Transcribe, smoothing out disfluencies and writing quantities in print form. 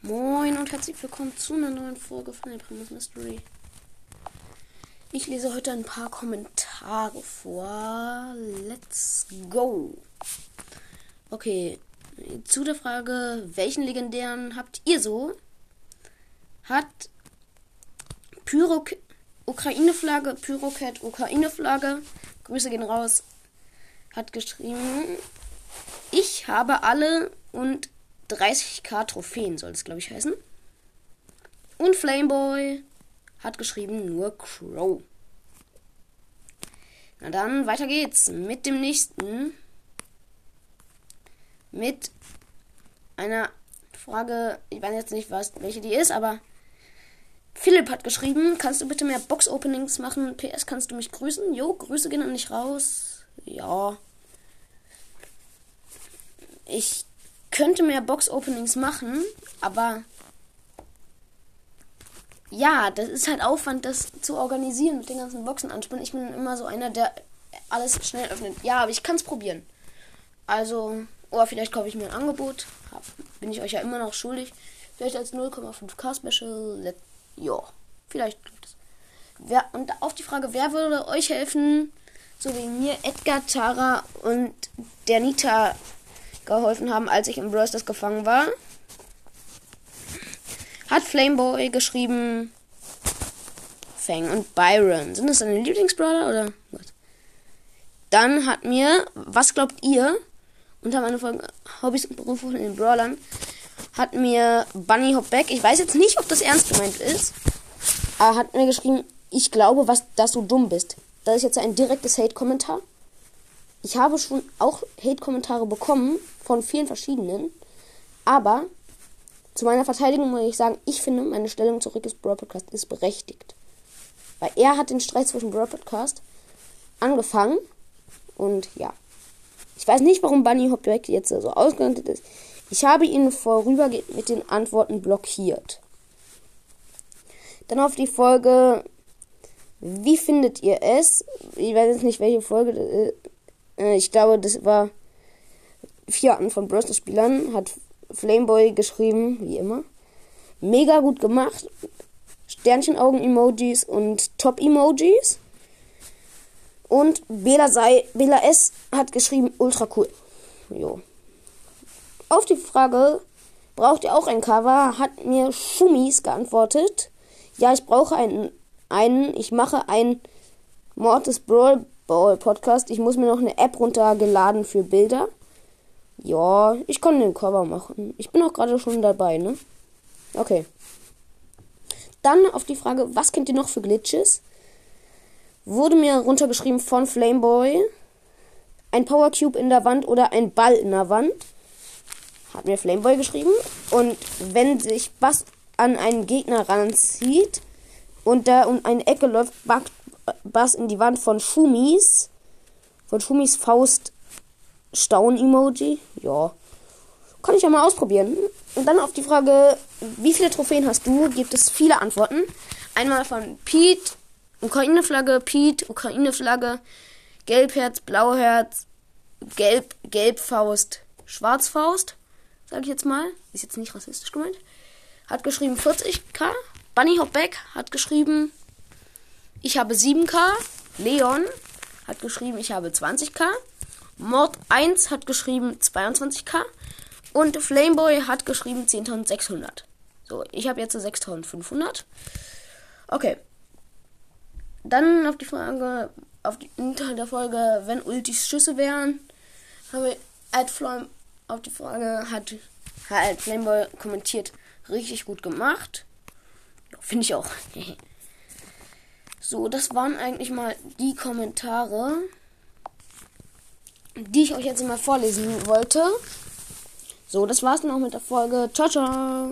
Moin und herzlich willkommen zu einer neuen Folge von der Primus Mystery. Ich lese heute ein paar Kommentare vor. Let's go! Okay, zu der Frage, welchen legendären habt ihr so? Hat Ukraine-Flagge, Pyrocat, Ukraine-Flagge, Grüße gehen raus, hat geschrieben, ich habe alle und 30k Trophäen soll es, glaube ich, heißen. Und Flameboy hat geschrieben nur Crow. Na dann, weiter geht's mit dem nächsten. Mit einer Frage, ich weiß jetzt nicht, welche die ist, aber Philipp hat geschrieben, kannst du bitte mehr Box-Openings machen? PS, kannst du mich grüßen? Jo, Grüße gehen an dich raus. Ja. Ich könnte mehr Box-Openings machen, aber ja, das ist halt Aufwand, das zu organisieren mit den ganzen Boxen anspannen. Ich bin immer so einer, der alles schnell öffnet. Ja, aber ich kann es probieren. Also, vielleicht kaufe ich mir ein Angebot. Bin ich euch ja immer noch schuldig. Vielleicht als 0,5k Special. Ja, vielleicht klappt es. Und auf die Frage, wer würde euch helfen, so wie mir Edgar, Tara und der Nita geholfen haben, als ich im Brawl Stars gefangen war, hat Flameboy geschrieben, Fang und Byron. Sind das deine Lieblingsbrawler oder was? Dann hat mir, was glaubt ihr, unter meiner Folge Hobbys und Berufe von den Brawlern, hat mir Bunny Hopback, ich weiß jetzt nicht, ob das ernst gemeint ist, aber hat mir geschrieben, ich glaube, dass du dumm bist. Das ist jetzt ein direktes Hate-Kommentar. Ich habe schon auch Hate-Kommentare bekommen von vielen verschiedenen, aber zu meiner Verteidigung muss ich sagen, ich finde, meine Stellung zu Rickes Brawl Podcast ist berechtigt. Weil er hat den Streit zwischen Brawl Podcast angefangen und ja. Ich weiß nicht, warum Bunny Hopback jetzt so ausgegangen ist. Ich habe ihn vorübergehend mit den Antworten blockiert. Dann auf die Folge, wie findet ihr es? Ich weiß jetzt nicht, welche Folge das ist. Ich glaube, das war 4 Arten von Brawl Stars Spielern. Hat Flameboy geschrieben, wie immer. Mega gut gemacht. Sternchenaugen-Emojis und Top-Emojis. Und Bela S. hat geschrieben, ultra cool. Jo. Auf die Frage, braucht ihr auch ein Cover, hat mir Schummis geantwortet. Ja, ich brauche einen. Ich mache ein Mortis Brawl Ball Podcast. Ich muss mir noch eine App runtergeladen für Bilder. Ja, ich kann den Cover machen. Ich bin auch gerade schon dabei, ne? Okay. Dann auf die Frage, was kennt ihr noch für Glitches? Wurde mir runtergeschrieben von Flameboy. Ein Power Cube in der Wand oder ein Ball in der Wand. Hat mir Flameboy geschrieben. Und wenn sich Bass an einen Gegner ranzieht und da um eine Ecke läuft, backt Bass in die Wand von Schummis. Von Schummis Faust Staun-Emoji. Ja. Kann ich ja mal ausprobieren. Und dann auf die Frage, wie viele Trophäen hast du? Gibt es viele Antworten. Einmal von Pete, Ukraine-Flagge, Pete, Ukraine-Flagge, Gelbherz, Blauherz, Gelbfaust, Schwarzfaust. Sag ich jetzt mal. Ist jetzt nicht rassistisch gemeint. Hat geschrieben 40k. Bunny Hopback hat geschrieben, ich habe 7k. Leon hat geschrieben, ich habe 20k. Mord 1 hat geschrieben 22k. Und Flameboy hat geschrieben 10.600. So, ich habe jetzt 6.500. Okay. Dann auf die Frage, unter der Folge, wenn Ultis Schüsse wären, habe Adflame auf die Frage, hat Flameboy kommentiert, richtig gut gemacht. Ja, finde ich auch. So, das waren eigentlich mal die Kommentare, die ich euch jetzt mal vorlesen wollte. So, das war's dann auch mit der Folge. Ciao, ciao.